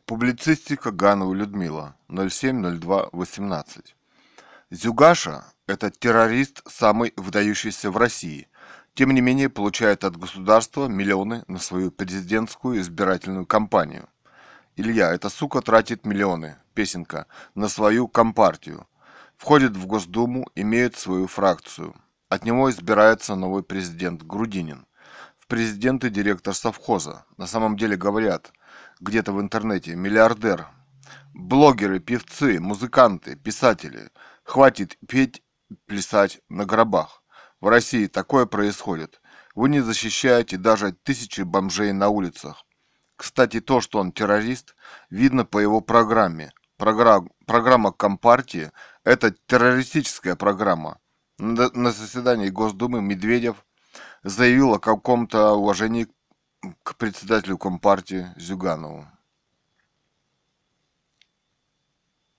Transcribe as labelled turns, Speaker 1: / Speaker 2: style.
Speaker 1: Публицистика Ганова Людмила, 07.02.18. Зюгаша– это террорист, самый выдающийся в России. Тем не менее, получает от государства миллионы на свою президентскую избирательную кампанию. Илья, эта сука тратит миллионы, песенка, на свою компартию. Входит в Госдуму, имеет свою фракцию. От него избирается новый президент Грудинин. В президенты директор совхоза. На самом деле говорят, где-то в интернете, миллиардер. Блогеры, певцы, музыканты, писатели. Хватит петь, плясать на гробах. В России такое происходит. Вы не защищаете даже тысячи бомжей на улицах. Кстати, то, что он террорист, видно по его программе. Программа Компартии– это террористическая программа. На заседании Госдумы Медведев заявил о каком-то уважении к председателю Компартии Зюганову.